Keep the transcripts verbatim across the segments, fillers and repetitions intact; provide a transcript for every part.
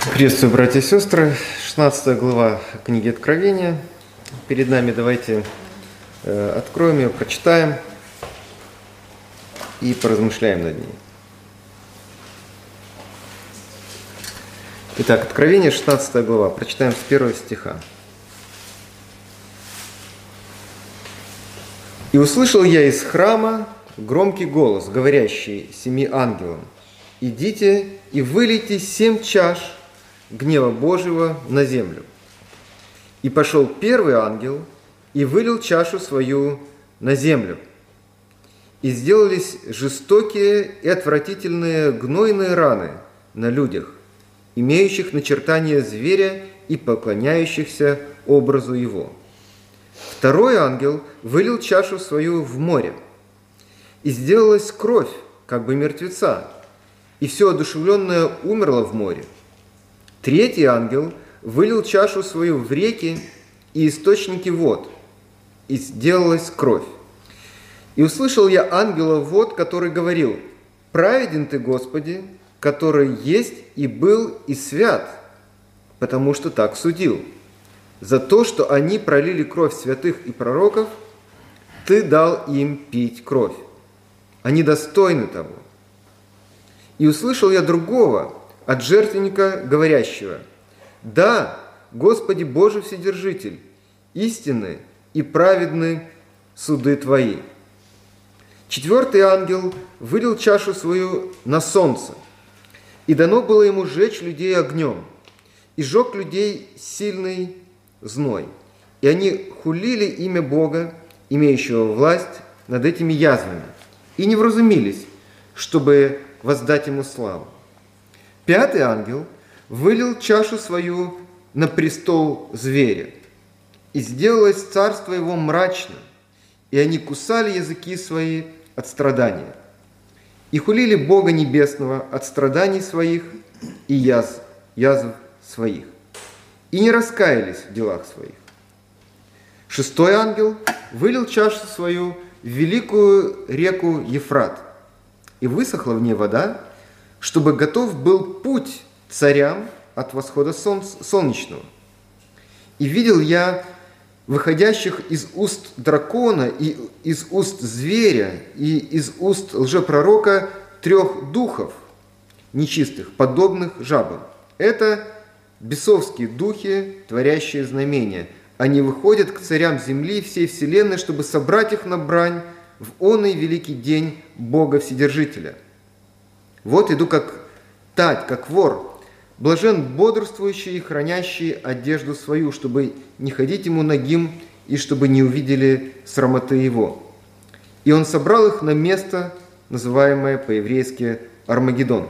Приветствую, братья и сестры. шестнадцатая глава книги Откровения. Перед нами давайте э, откроем ее, прочитаем и поразмышляем над ней. Итак, Откровение, шестнадцатая глава. Прочитаем с первого стиха. «И услышал я из храма громкий голос, говорящий семи ангелам: идите и вылейте семь чаш гнева Божьего на землю. И пошел первый ангел и вылил чашу свою на землю. И сделались жестокие и отвратительные гнойные раны на людях, имеющих начертание зверя и поклоняющихся образу его. Второй ангел вылил чашу свою в море, и сделалась кровь, как бы мертвеца, и все одушевленное умерло в море. Третий ангел вылил чашу свою в реки и источники вод, и сделалась кровь. И услышал я ангела вод, который говорил: праведен ты, Господи, который есть и был и свят, потому что так судил. За то, что они пролили кровь святых и пророков, ты дал им пить кровь. Они достойны того. И услышал я другого от жертвенника, говорящего: да, Господи Боже Вседержитель, истинны и праведны суды Твои. Четвертый ангел вылил чашу свою на солнце, и дано было ему сжечь людей огнем, и сжег людей сильный зной. И они хулили имя Бога, имеющего власть над этими язвами, и не вразумились, чтобы воздать ему славу. Пятый ангел вылил чашу свою на престол зверя, и сделалось царство его мрачным, и они кусали языки свои от страдания, и хулили Бога Небесного от страданий своих и язв, язв своих, и не раскаялись в делах своих. Шестой ангел вылил чашу свою в великую реку Ефрат, и высохла в ней вода, чтобы готов был путь царям от восхода солнечного. И видел я выходящих из уст дракона, и из уст зверя, и из уст лжепророка трех духов нечистых, подобных жабам. Это бесовские духи, творящие знамения. Они выходят к царям земли и всей вселенной, чтобы собрать их на брань в оный великий день Бога Вседержителя. Вот иду как тать, как вор, блажен бодрствующий и хранящий одежду свою, чтобы не ходить ему нагим и чтобы не увидели срамоты его. И он собрал их на место, называемое по-еврейски Армагеддон.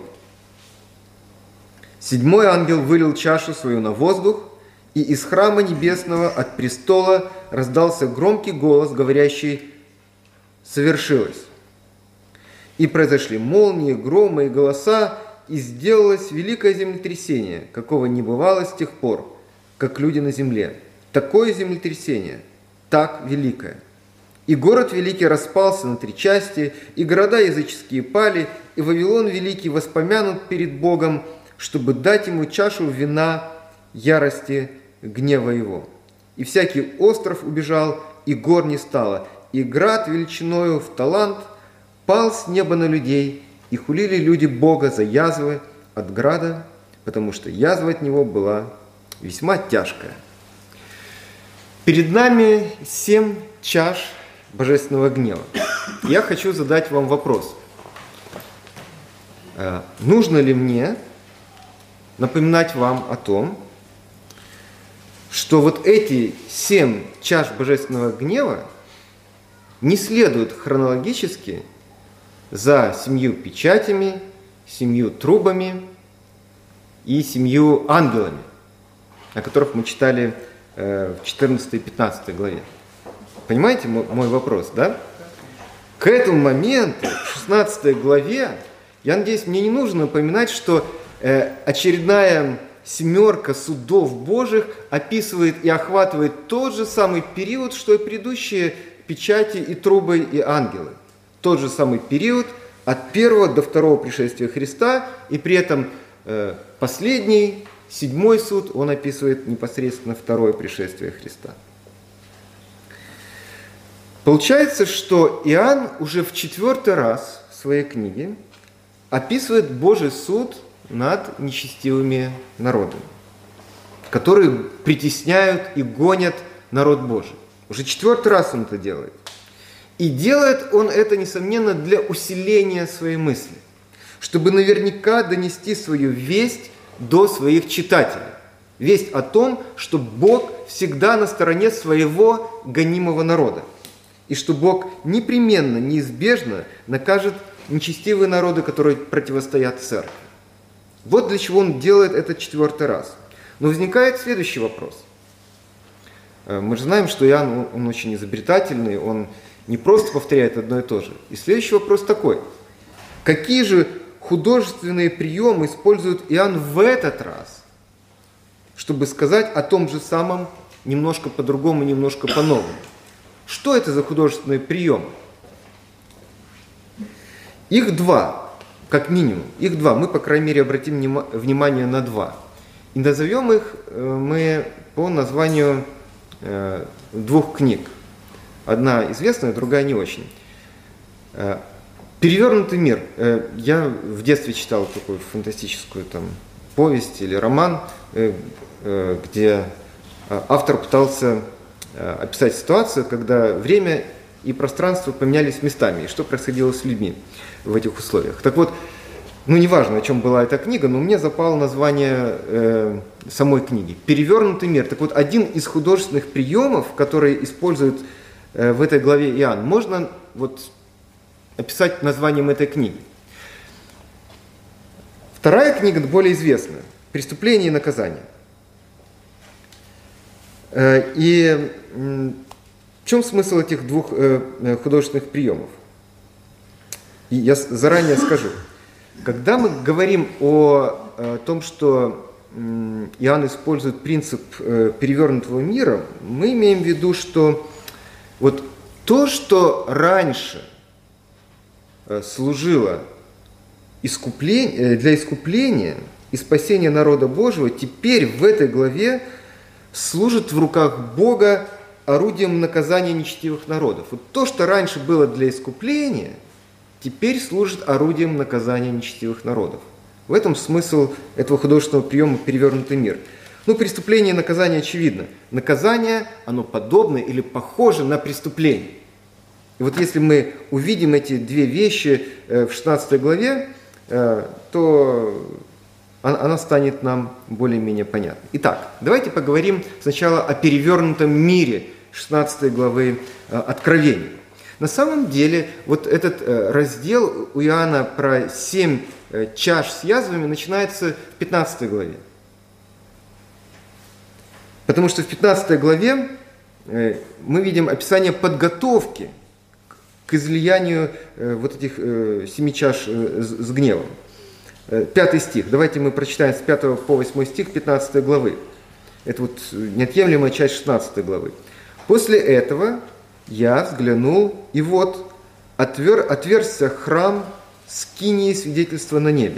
Седьмой ангел вылил чашу свою на воздух, и из храма небесного от престола раздался громкий голос, говорящий: совершилось. И произошли молнии, громы и голоса, и сделалось великое землетрясение, какого не бывало с тех пор, как люди на земле. Такое землетрясение, так великое. И город великий распался на три части, и города языческие пали, и Вавилон великий воспомянут перед Богом, чтобы дать ему чашу вина ярости гнева его. И всякий остров убежал, и гор не стало, и град величиною в талант пал с неба на людей, и хулили люди Бога за язвы от града, потому что язва от него была весьма тяжкая. Перед нами семь чаш божественного гнева. Я хочу задать вам вопрос. Нужно ли мне напоминать вам о том, что вот эти семь чаш божественного гнева не следуют хронологически за семью печатями, семью трубами и семью ангелами, о которых мы читали в четырнадцатой и пятнадцатой главе. Понимаете мой вопрос, да? К этому моменту, в шестнадцатой главе, я надеюсь, мне не нужно напоминать, что очередная семерка судов Божьих описывает и охватывает тот же самый период, что и предыдущие печати и трубы и ангелы. Тот же самый период от первого до второго пришествия Христа, и при этом э, последний седьмой суд, он описывает непосредственно второе пришествие Христа. Получается, что Иоанн уже в четвертый раз в своей книге описывает Божий суд над нечестивыми народами, которые притесняют и гонят народ Божий. Уже четвертый раз он это делает. И делает он это, несомненно, для усиления своей мысли, чтобы наверняка донести свою весть до своих читателей. Весть о том, что Бог всегда на стороне своего гонимого народа. И что Бог непременно, неизбежно накажет нечестивые народы, которые противостоят церкви. Вот для чего он делает это четвертый раз. Но возникает следующий вопрос. Мы же знаем, что Иоанн, он очень изобретательный, он не просто повторяет одно и то же. И следующий вопрос такой. Какие же художественные приемы использует Иоанн в этот раз, чтобы сказать о том же самом немножко по-другому, немножко по-новому? Что это за художественные приемы? Их два, как минимум. Их два. Мы, по крайней мере, обратим внимание на два. И назовем их мы по названию двух книг. Одна известная, другая не очень. «Перевернутый мир». Я в детстве читал такую фантастическую там, повесть или роман, где автор пытался описать ситуацию, когда время и пространство поменялись местами, и что происходило с людьми в этих условиях. Так вот, ну неважно, о чем была эта книга, но мне запало название э, самой книги «Перевернутый мир». Так вот, один из художественных приемов, которые используют э, в этой главе Иоанн, можно вот описать названием этой книги. Вторая книга более известная «Преступление и наказание». Э, и э, в чем смысл этих двух э, художественных приемов? И я заранее скажу. Когда мы говорим о, о том, что Иоанн использует принцип перевернутого мира, мы имеем в виду, что вот то, что раньше служило искупление, для искупления и спасения народа Божьего, теперь в этой главе служит в руках Бога орудием наказания нечестивых народов. Вот то, что раньше было для искупления, теперь служит орудием наказания нечестивых народов. В этом смысл этого художественного приема «Перевернутый мир». Ну, преступление и наказание очевидно. Наказание, оно подобно или похоже на преступление. И вот если мы увидим эти две вещи в шестнадцатой главе, то она станет нам более-менее понятной. Итак, давайте поговорим сначала о перевернутом мире шестнадцатой главы Откровения. На самом деле, вот этот раздел у Иоанна про семь чаш с язвами начинается в пятнадцатой главе. Потому что в пятнадцатой главе мы видим описание подготовки к излиянию вот этих семи чаш с гневом. Пятый стих. Давайте мы прочитаем с пятого по восьмой стих пятнадцатой главы. Это вот неотъемлемая часть шестнадцатой главы. «После этого я взглянул, и вот отвер, отверзся храм скинии свидетельства на небе.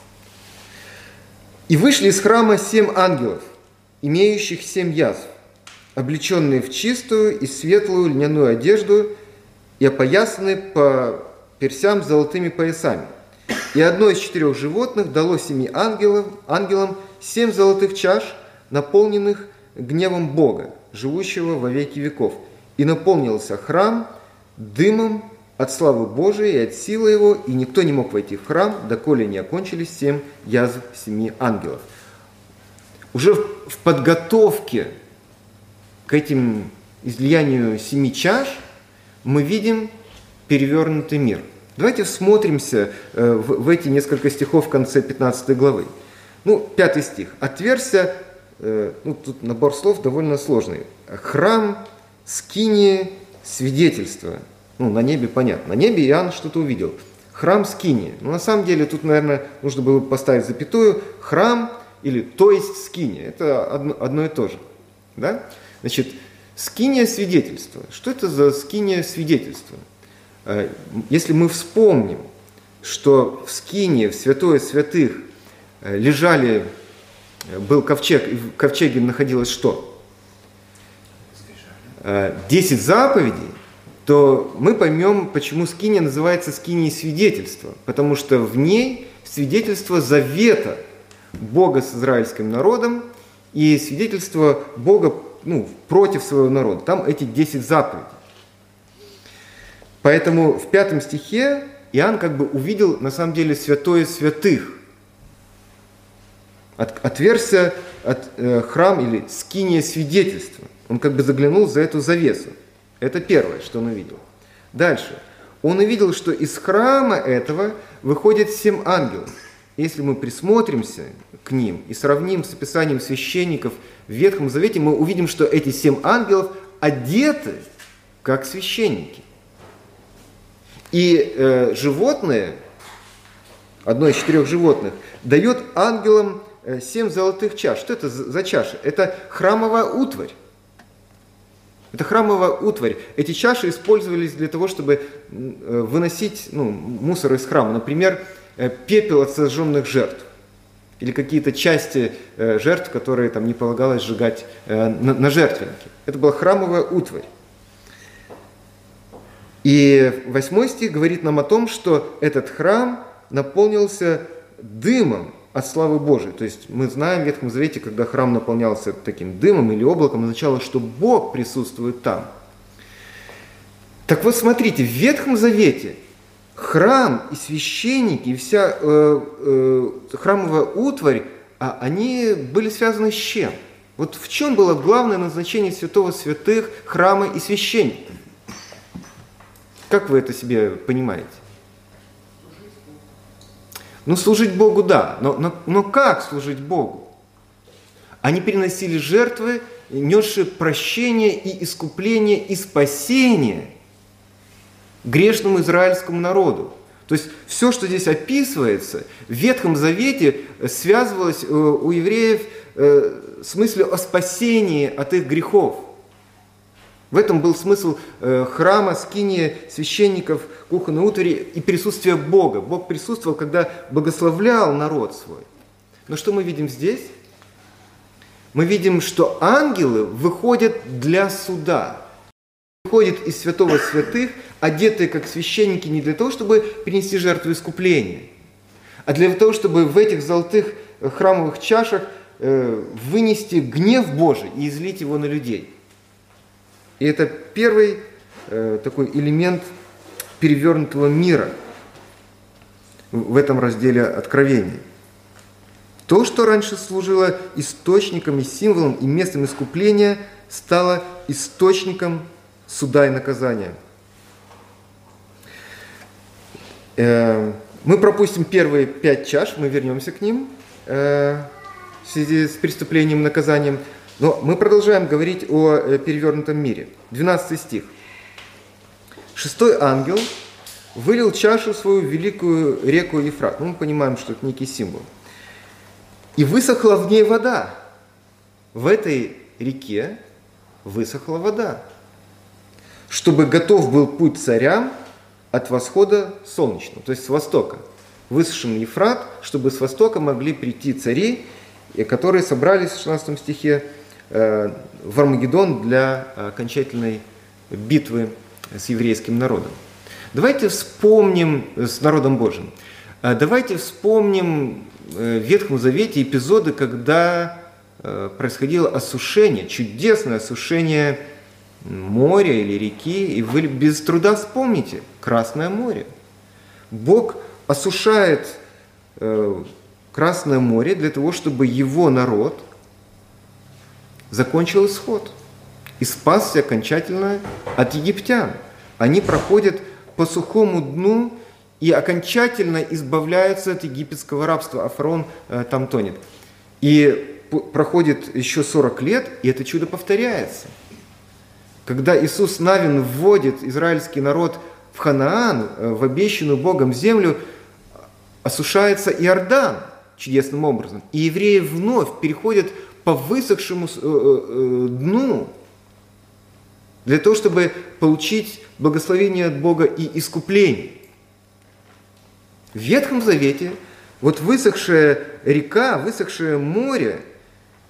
И вышли из храма семь ангелов, имеющих семь язв, облеченные в чистую и светлую льняную одежду и опоясанные по персям золотыми поясами. И одно из четырех животных дало семи ангелам, ангелам семь золотых чаш, наполненных гневом Бога, живущего во веки веков. И наполнился храм дымом от славы Божией и от силы его, и никто не мог войти в храм, доколе не окончились семь язв семи ангелов». Уже в подготовке к этим излиянию семи чаш мы видим перевернутый мир. Давайте всмотримся в, в эти несколько стихов в конце пятнадцатой главы. Ну, пятый стих. «Отверзся», ну, тут набор слов довольно сложный. «Храм, скиния, свидетельство». Ну, на небе понятно. На небе Иоанн что-то увидел. Храм, скиния. Ну, на самом деле, тут, наверное, нужно было поставить запятую. Храм или то есть скиния. Это одно, одно и то же. Да? Значит, скиния свидетельства. Что это за скиния свидетельства? Если мы вспомним, что в скинии, в святое святых лежали был ковчег, и в ковчеге находилось что? Десять заповедей, то мы поймем, почему скиния называется скинией свидетельства. Потому что в ней свидетельство завета Бога с израильским народом и свидетельство Бога, ну, против своего народа. Там эти десять заповедей. Поэтому в пятом стихе Иоанн как бы увидел на самом деле святое святых. От, отверся от э, храм или скиния свидетельства. Он как бы заглянул за эту завесу. Это первое, что он увидел. Дальше. Он увидел, что из храма этого выходит семь ангелов. Если мы присмотримся к ним и сравним с описанием священников в Ветхом Завете, мы увидим, что эти семь ангелов одеты как священники. И э, животное, одно из четырех животных, дает ангелам э, семь золотых чаш. Что это за, за чаши? Это храмовая утварь. Это храмовая утварь. Эти чаши использовались для того, чтобы э, выносить ну, мусор из храма. Например, э, пепел от сожженных жертв. Или какие-то части э, жертв, которые там не полагалось сжигать э, на, на жертвеннике. Это была храмовая утварь. И восьмой стих говорит нам о том, что этот храм наполнился дымом от славы Божией. То есть мы знаем в Ветхом Завете, когда храм наполнялся таким дымом или облаком, означало, что Бог присутствует там. Так вот смотрите, в Ветхом Завете храм и священники, и вся э, э, храмовая утварь, а они были связаны с чем? Вот в чем было главное назначение святого святых, храма и священников? Как вы это себе понимаете? Ну, служить Богу, да, но, но, но как служить Богу? Они переносили жертвы, несшие прощение и искупление и спасение грешному израильскому народу. То есть все, что здесь описывается, в Ветхом Завете связывалось у евреев с мыслью о спасении от их грехов. В этом был смысл э, храма, скинии, священников, кухонной утвари и присутствия Бога. Бог присутствовал, когда благословлял народ свой. Но что мы видим здесь? Мы видим, что ангелы выходят для суда. Выходят из святого святых, одетые как священники не для того, чтобы принести жертву искупления, а для того, чтобы в этих золотых храмовых чашах э, вынести гнев Божий и излить его на людей. И это первый э, такой элемент перевернутого мира в этом разделе Откровения. То, что раньше служило источником и символом и местом искупления, стало источником суда и наказания. Э, мы пропустим первые пять чаш, мы вернемся к ним э, в связи с преступлением и наказанием. Но мы продолжаем говорить о перевернутом мире. двенадцатый стих. Шестой ангел вылил чашу свою в великую реку Ефрат. Ну, мы понимаем, что это некий символ. И высохла в ней вода. В этой реке высохла вода, чтобы готов был путь царям от восхода солнечного, то есть с востока. Высушен Ефрат, чтобы с востока могли прийти цари, которые собрались в шестнадцатом стихе в Армагеддон для окончательной битвы с еврейским народом. Давайте вспомним с народом Божьим. Давайте вспомним в Ветхом Завете эпизоды, когда происходило осушение, чудесное осушение моря или реки, и вы без труда вспомните Красное море. Бог осушает Красное море для того, чтобы его народ закончил исход и спасся окончательно от египтян. Они проходят по сухому дну и окончательно избавляются от египетского рабства, а фараон э, там тонет. И проходит еще сорок лет, и это чудо повторяется. Когда Иисус Навин вводит израильский народ в Ханаан, э, в обещанную Богом землю, осушается Иордан чудесным образом. И евреи вновь переходят по высохшему дну для того, чтобы получить благословение от Бога и искупление. В Ветхом Завете вот высохшая река, высохшее море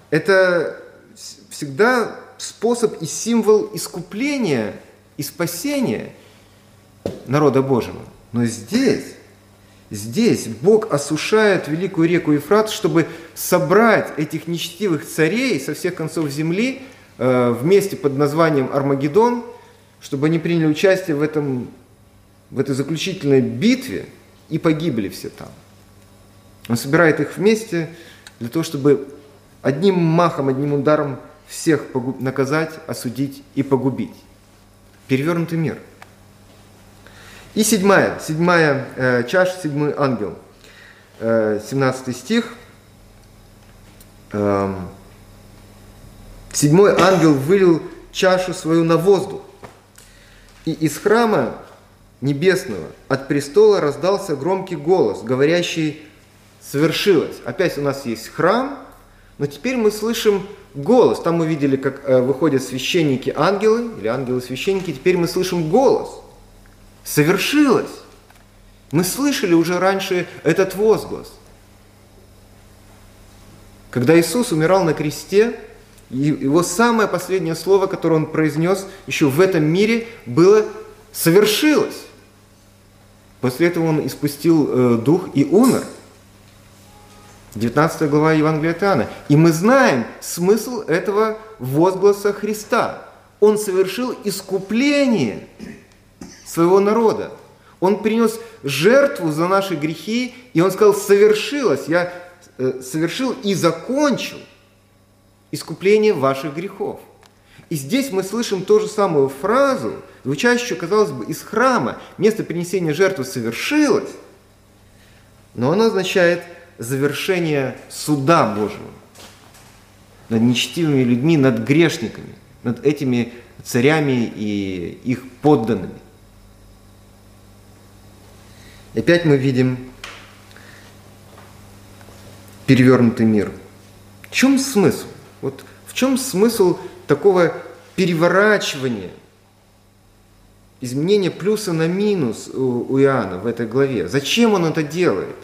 это всегда способ и символ искупления и спасения народа Божьего. Но здесь, здесь Бог осушает великую реку Ефрат, чтобы собрать этих нечестивых царей со всех концов земли э, вместе под названием Армагеддон, чтобы они приняли участие в, этом, в этой заключительной битве и погибли все там. Он собирает их вместе для того, чтобы одним махом, одним ударом всех погуб... наказать, осудить и погубить. Перевернутый мир. И седьмая, седьмая э, чаша, седьмой ангел. Э, семнадцатый стих. Э, седьмой ангел вылил чашу свою на воздух. И из храма небесного от престола раздался громкий голос, говорящий: «Совершилось». Опять у нас есть храм, но теперь мы слышим голос. Там мы видели, как э, выходят священники-ангелы, или ангелы-священники, теперь мы слышим голос. Совершилось. Мы слышали уже раньше этот возглас. Когда Иисус умирал на кресте, его самое последнее слово, которое он произнес еще в этом мире, было «совершилось». После этого он испустил э, дух и умер. девятнадцатая глава Евангелия от Иоанна. И мы знаем смысл этого возгласа Христа. Он совершил искупление своего народа. Он принес жертву за наши грехи, и он сказал: совершилось, я э, совершил и закончил искупление ваших грехов. И здесь мы слышим ту же самую фразу, звучащую, казалось бы, из храма. Место принесения жертвы совершилось, но оно означает завершение суда Божьего над нечестивыми людьми, над грешниками, над этими царями и их подданными. И опять мы видим перевернутый мир. В чем смысл? Вот в чем смысл такого переворачивания, изменения плюса на минус у, у Иоанна в этой главе? Зачем он это делает?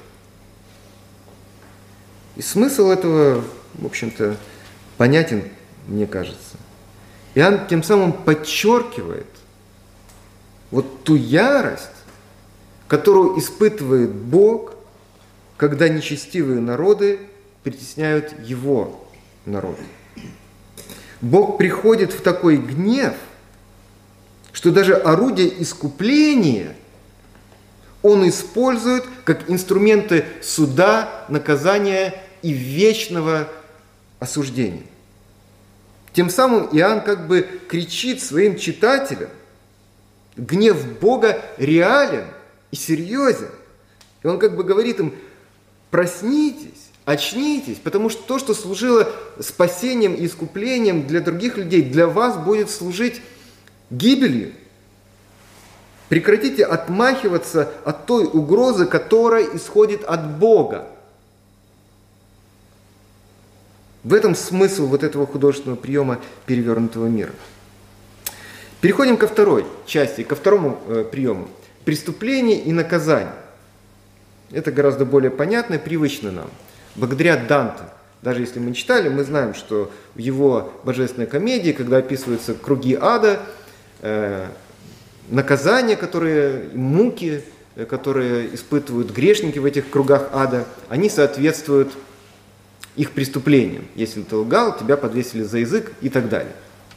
И смысл этого, в общем-то, понятен, мне кажется. Иоанн тем самым подчеркивает вот ту ярость, которую испытывает Бог, когда нечестивые народы притесняют Его народ. Бог приходит в такой гнев, что даже орудие искупления Он использует как инструменты суда, наказания и вечного осуждения. Тем самым Иоанн как бы кричит своим читателям: гнев Бога реален и серьезен. И он как бы говорит им: проснитесь, очнитесь, потому что то, что служило спасением и искуплением для других людей, для вас будет служить гибелью. Прекратите отмахиваться от той угрозы, которая исходит от Бога. В этом смысл вот этого художественного приема перевернутого мира. Переходим ко второй части, ко второму э, приему. Преступление и наказание. Это гораздо более понятно и привычно нам. Благодаря Данте, даже если мы читали, мы знаем, что в его божественной комедии, когда описываются круги ада, э, наказания, которые, муки, которые испытывают грешники в этих кругах ада, они соответствуют их преступлениям. Если ты лгал, тебя подвесили за язык и так далее.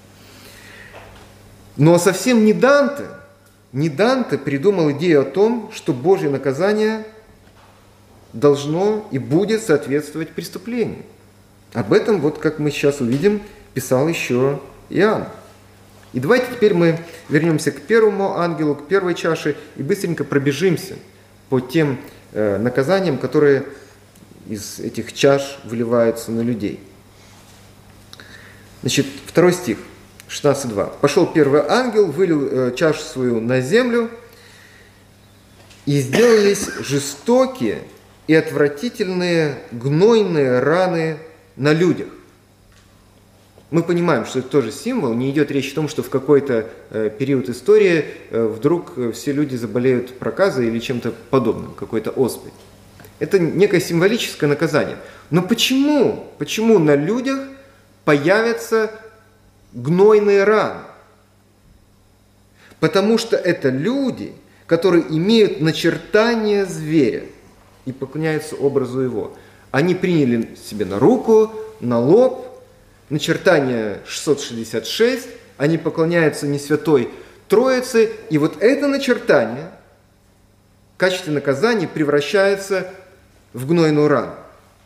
Но совсем не Данте, не Данте придумал идею о том, что Божье наказание должно и будет соответствовать преступлению. Об этом, вот как мы сейчас увидим, писал еще Иоанн. И давайте теперь мы вернемся к первому ангелу, к первой чаше и быстренько пробежимся по тем э, наказаниям, которые из этих чаш выливаются на людей. Значит, второй стих, шестнадцать два. «Пошел первый ангел, вылил э, чашу свою на землю, и сделались жестокие и отвратительные гнойные раны на людях». Мы понимаем, что это тоже символ, не идет речь о том, что в какой-то э, период истории э, вдруг все люди заболеют проказой или чем-то подобным, какой-то оспой. Это некое символическое наказание. Но почему? Почему на людях появятся гнойные раны. Потому что это люди, которые имеют начертание зверя и поклоняются образу его. Они приняли себе на руку, на лоб, начертание шестьсот шестьдесят шесть, они поклоняются не Святой Троице, и вот это начертание в качестве наказания превращается в гнойную рану.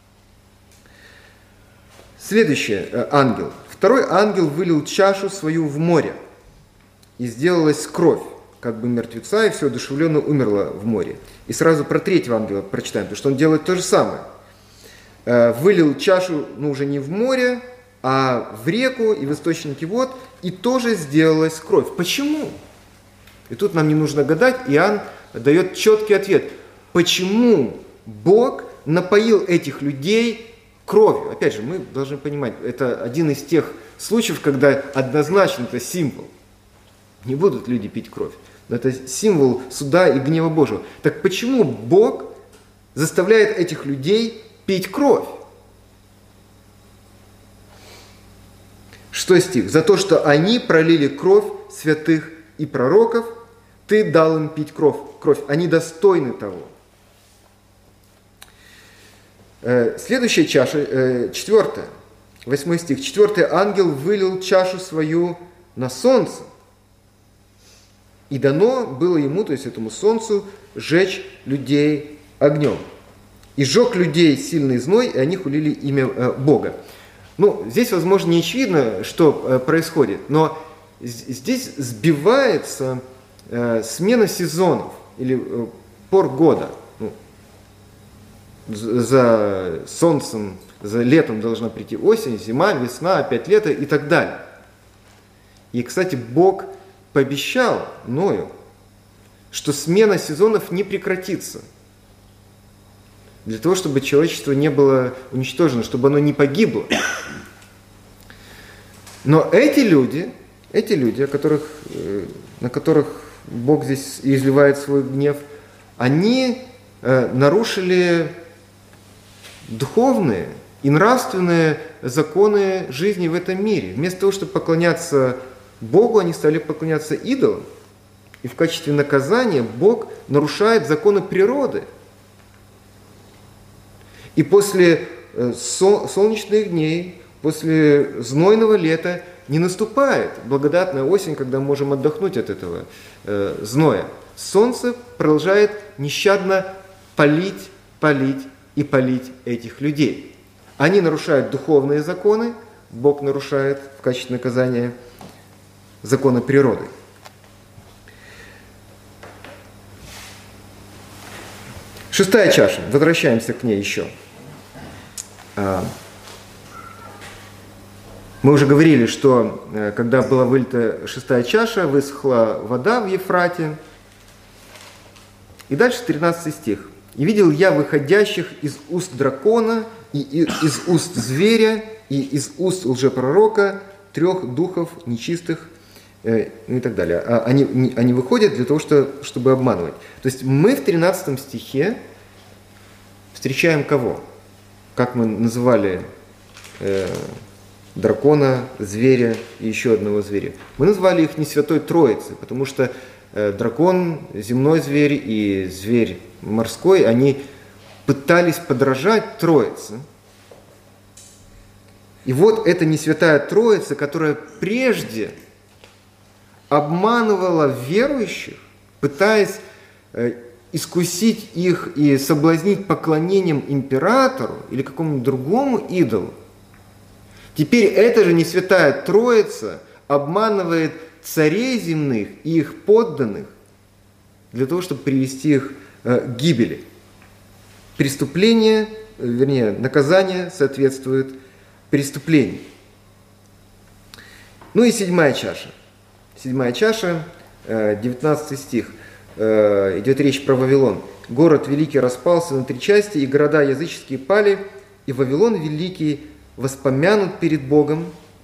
Следующий ангел. Второй ангел вылил чашу свою в море, и сделалась кровь, как бы мертвеца, и все одушевленно умерло в море. И сразу про третьего ангела прочитаем, потому что он делает то же самое. Вылил чашу, ну, уже не в море, а в реку и в источники вод, и тоже сделалась кровь. Почему? И тут нам не нужно гадать, Иоанн дает четкий ответ. Почему Бог напоил этих людей кровью? Опять же, мы должны понимать, это один из тех случаев, когда однозначно это символ. Не будут люди пить кровь. Но это символ суда и гнева Божьего. Так почему Бог заставляет этих людей пить кровь? Шестой стих. «За то, что они пролили кровь святых и пророков, ты дал им пить кровь. кровь. Они достойны того». Следующая чаша, четвертая, восьмой стих. «Четвертый ангел вылил чашу свою на солнце, и дано было ему, то есть этому солнцу, сжечь людей огнем. И сжег людей сильный зной, и они хулили имя Бога». Ну, здесь, возможно, не очевидно, что происходит, но здесь сбивается смена сезонов или пор года. Ну, за солнцем, за летом должна прийти осень, зима, весна, опять лето и так далее. И, кстати, Бог пообещал Ною, что смена сезонов не прекратится. Для того, чтобы человечество не было уничтожено, чтобы оно не погибло. Но эти люди, эти люди, о которых, на которых Бог здесь изливает свой гнев, они нарушили духовные и нравственные законы жизни в этом мире. Вместо того, чтобы поклоняться Богу, они стали поклоняться идолам. И в качестве наказания Бог нарушает законы природы. И после солнечных дней, после знойного лета не наступает благодатная осень, когда мы можем отдохнуть от этого э, зноя. Солнце продолжает нещадно палить, палить и палить этих людей. Они нарушают духовные законы, Бог нарушает в качестве наказания законы природы. Шестая чаша. Возвращаемся к ней еще. Мы уже говорили, что когда была вылита шестая чаша, высохла вода в Ефрате. И дальше тринадцатый стих. «И видел я выходящих из уст дракона, и из уст зверя, и из уст лжепророка трех духов нечистых», ну и так далее. Они, они выходят для того, чтобы обманывать. То есть мы в тринадцатом стихе встречаем кого? Как мы называли э, дракона, зверя и еще одного зверя. Мы назвали их не Святой Троицей, потому что э, дракон, земной зверь и зверь морской, они пытались подражать Троице. И вот эта не Святая Троица, которая прежде обманывала верующих, пытаясь э, искусить их и соблазнить поклонением императору или какому-нибудь другому идолу. Теперь эта же не Святая Троица обманывает царей земных и их подданных для того, чтобы привести их э, к гибели. Преступление, вернее, наказание соответствует преступлению. Ну и седьмая чаша. Седьмая чаша, девятнадцатый стих. Идет речь про Вавилон. «Город великий распался на три части, и города языческие пали, и Вавилон великий воспомянут перед Богом».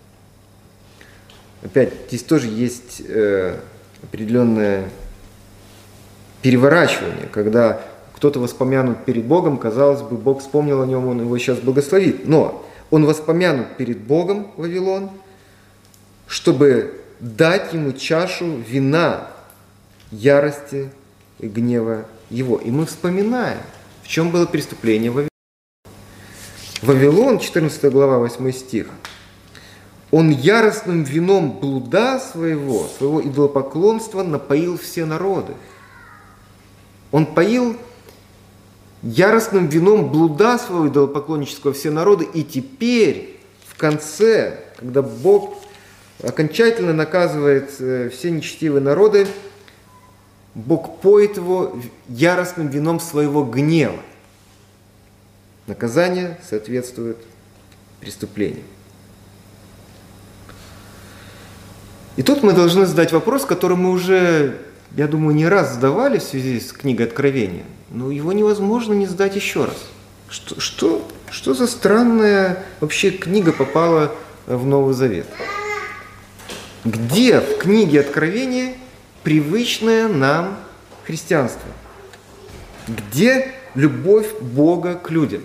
Опять, здесь тоже есть э, определенное переворачивание, когда кто-то воспомянут перед Богом, казалось бы, Бог вспомнил о нем, он его сейчас благословит. Но Он воспомянут перед Богом, Вавилон, чтобы дать ему чашу вина ярости и гнева его. И мы вспоминаем, в чем было преступление Вавилона. Вавилон, четырнадцатая глава, восьмой стих. Он яростным вином блуда своего, своего идолопоклонства напоил все народы. Он поил яростным вином блуда своего идолопоклоннического все народы, и теперь, в конце, когда Бог окончательно наказывает все нечестивые народы, Бог поет его яростным вином своего гнева. Наказание соответствует преступлению. И тут мы должны задать вопрос, который мы уже, я думаю, не раз задавали в связи с книгой Откровения, но его невозможно не задать еще раз. Что, что, что за странная вообще книга попала в Новый Завет? Где в книге Откровения привычное нам христианство? Где любовь Бога к людям?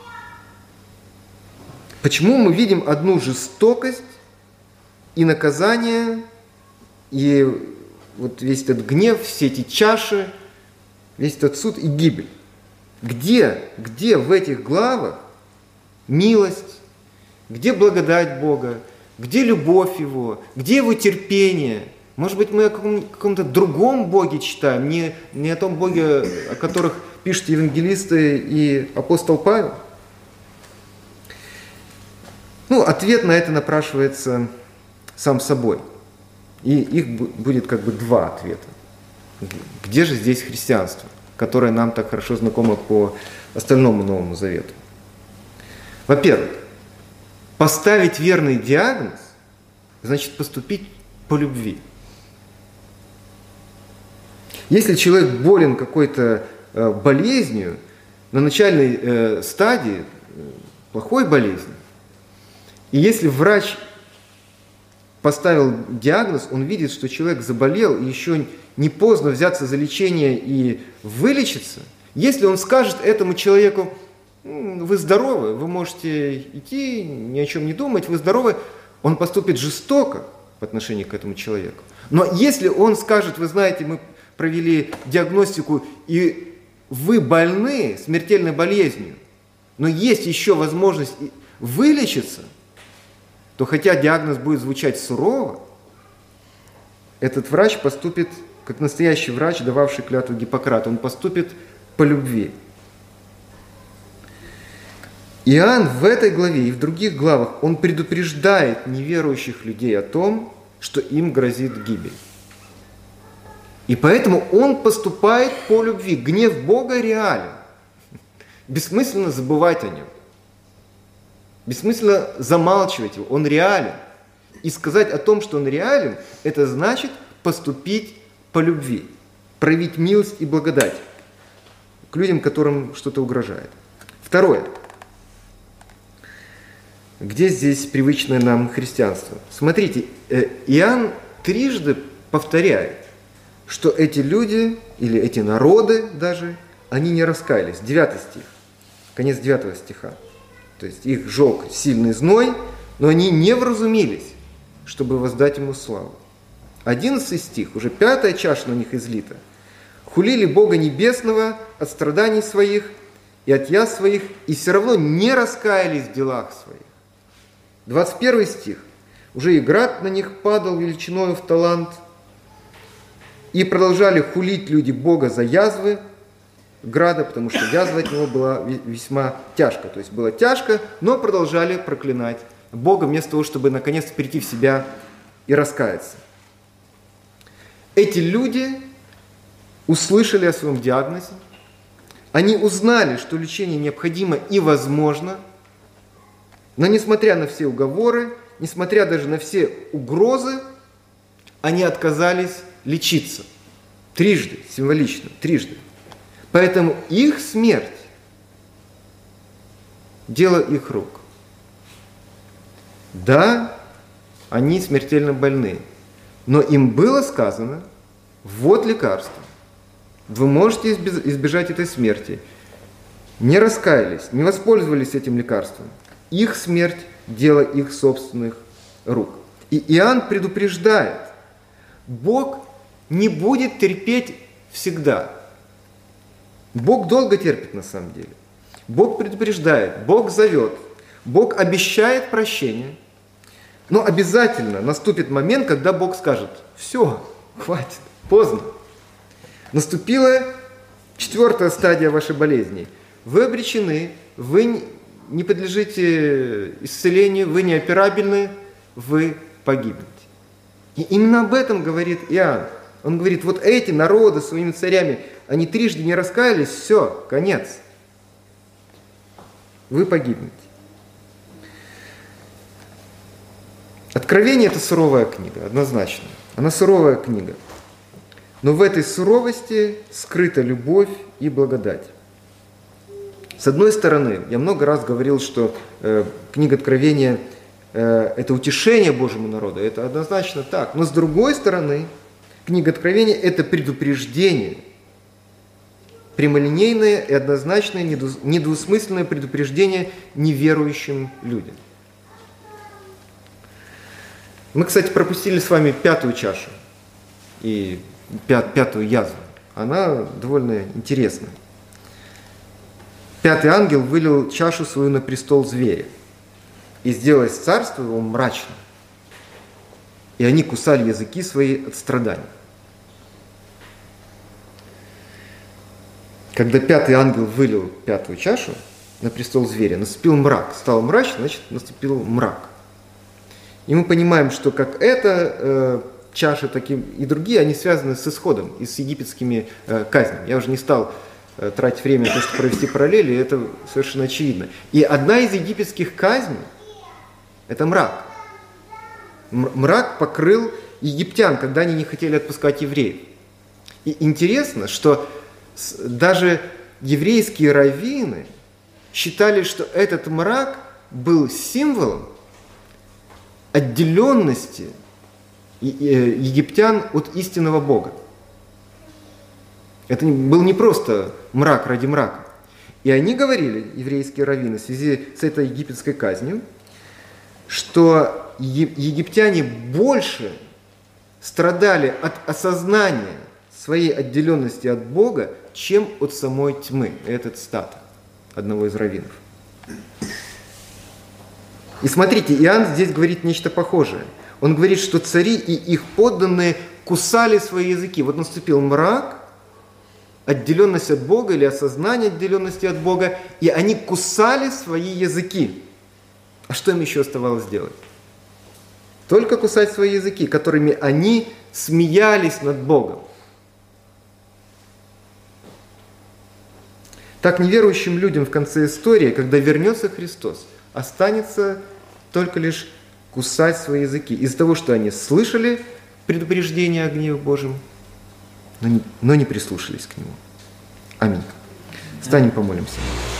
Почему мы видим одну жестокость и наказание, и вот весь этот гнев, все эти чаши, весь этот суд и гибель? Где, где в этих главах милость, где благодать Бога, где любовь Его, где Его терпение? Может быть, мы о каком-то другом Боге читаем, не, не о том Боге, о которых пишут евангелисты и апостол Павел? Ну, ответ на это напрашивается сам собой. И их будет как бы два ответа. Где же здесь христианство, которое нам так хорошо знакомо по остальному Новому Завету? Во-первых, поставить верный диагноз значит поступить по любви. Если человек болен какой-то болезнью, на начальной стадии плохой болезни, и если врач поставил диагноз, он видит, что человек заболел, и еще не поздно взяться за лечение и вылечиться, если он скажет этому человеку: вы здоровы, вы можете идти, ни о чем не думать, вы здоровы, он поступит жестоко по отношению к этому человеку. Но если он скажет: вы знаете, мы провели диагностику, и вы больны смертельной болезнью, но есть еще возможность вылечиться, то хотя диагноз будет звучать сурово, этот врач поступит, как настоящий врач, дававший клятву Гиппократа, он поступит по любви. Иоанн в этой главе и в других главах, он предупреждает неверующих людей о том, что им грозит гибель. И поэтому он поступает по любви. Гнев Бога реален. Бессмысленно забывать о нем. Бессмысленно замалчивать его. Он реален. И сказать о том, что он реален, это значит поступить по любви. Проявить милость и благодать к людям, которым что-то угрожает. Второе. Где здесь привычное нам христианство? Смотрите, Иоанн трижды повторяет, что эти люди, или эти народы даже, они не раскаялись. Девятый стих, конец девятого стиха. То есть их жег сильный зной, но они не вразумились, чтобы воздать ему славу. Одиннадцатый стих, уже пятая чаша на них излита. Хулили Бога Небесного от страданий своих и от язв своих, и все равно не раскаялись в делах своих. двадцать первый стих. Уже и град на них падал величиною в талант, и продолжали хулить люди Бога за язвы града, потому что язва от него была весьма тяжко. То есть было тяжко, но продолжали проклинать Бога вместо того, чтобы наконец прийти в себя и раскаяться. Эти люди услышали о своем диагнозе, они узнали, что лечение необходимо и возможно, но несмотря на все уговоры, несмотря даже на все угрозы, они отказались лечиться. Трижды, символично, трижды. Поэтому их смерть – дело их рук. Да, они смертельно больны, но им было сказано: вот лекарство, вы можете избежать этой смерти. Не раскаялись, не воспользовались этим лекарством. их смерть – дело их собственных рук. И Иоанн предупреждает, Бог не будет терпеть всегда. Бог долго терпит на самом деле. Бог предупреждает, Бог зовет, Бог обещает прощение. Но обязательно наступит момент, когда Бог скажет: все, хватит, поздно. Наступила четвертая стадия вашей болезни. Вы обречены, вы не подлежите исцелению, вы неоперабельны, вы погибнете. И именно об этом говорит Иоанн. Он говорит, вот эти народы своими царями, они трижды не раскаялись, все, конец. Вы погибнете. Откровение – это суровая книга, однозначно. Она суровая книга. Но в этой суровости скрыта любовь и благодать. С одной стороны, я много раз говорил, что э, книга Откровения э, – это утешение Божьему народу, это однозначно так. Но с другой стороны, книга Откровения – это предупреждение, прямолинейное и однозначное, недвусмысленное предупреждение неверующим людям. Мы, кстати, пропустили с вами пятую чашу и пятую язву. Она довольно интересная. Пятый ангел вылил чашу свою на престол зверя и сделал царство его мрачным. И они кусали языки свои от страданий. Когда пятый ангел вылил пятую чашу на престол зверя, наступил мрак. Стало мрачно, значит, наступил мрак. И мы понимаем, что как эта э, чаша, так и, и другие, они связаны с исходом и с египетскими э, казнями. Я уже не стал э, тратить время на то, чтобы провести параллели, это совершенно очевидно. И одна из египетских казней – это мрак. М- мрак покрыл египтян, когда они не хотели отпускать евреев. И интересно, что с, даже еврейские раввины считали, что этот мрак был символом отделенности египтян от истинного Бога. Это был не просто мрак ради мрака. И они говорили, еврейские раввины, в связи с этой египетской казнью, что египтяне больше страдали от осознания своей отделенности от Бога, чем от самой тьмы. Это цитата одного из раввинов. И смотрите, Иоанн здесь говорит нечто похожее. Он говорит, что цари и их подданные кусали свои языки. Вот наступил мрак, отделенность от Бога или осознание отделенности от Бога, и они кусали свои языки. А что им еще оставалось делать? Только кусать свои языки, которыми они смеялись над Богом. Так неверующим людям в конце истории, когда вернется Христос, останется только лишь кусать свои языки. Из-за того, что они слышали предупреждение о гневе Божьем, но не, но не прислушались к нему. Аминь. Встанем, помолимся.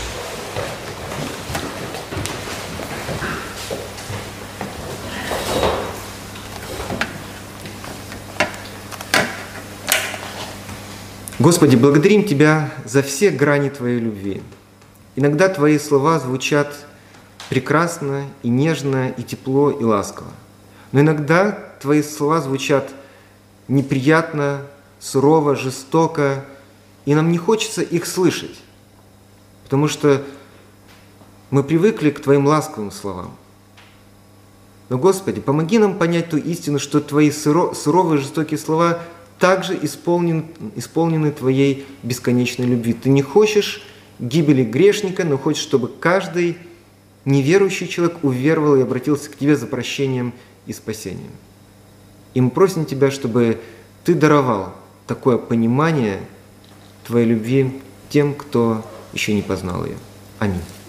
Господи, благодарим Тебя за все грани Твоей любви. Иногда Твои слова звучат прекрасно и нежно, и тепло, и ласково. Но иногда Твои слова звучат неприятно, сурово, жестоко, и нам не хочется их слышать, потому что мы привыкли к Твоим ласковым словам. Но, Господи, помоги нам понять ту истину, что Твои суровые, жестокие слова также исполнены, исполнены Твоей бесконечной любви. Ты не хочешь гибели грешника, но хочешь, чтобы каждый неверующий человек уверовал и обратился к Тебе за прощением и спасением. И мы просим Тебя, чтобы Ты даровал такое понимание Твоей любви тем, кто еще не познал ее. Аминь.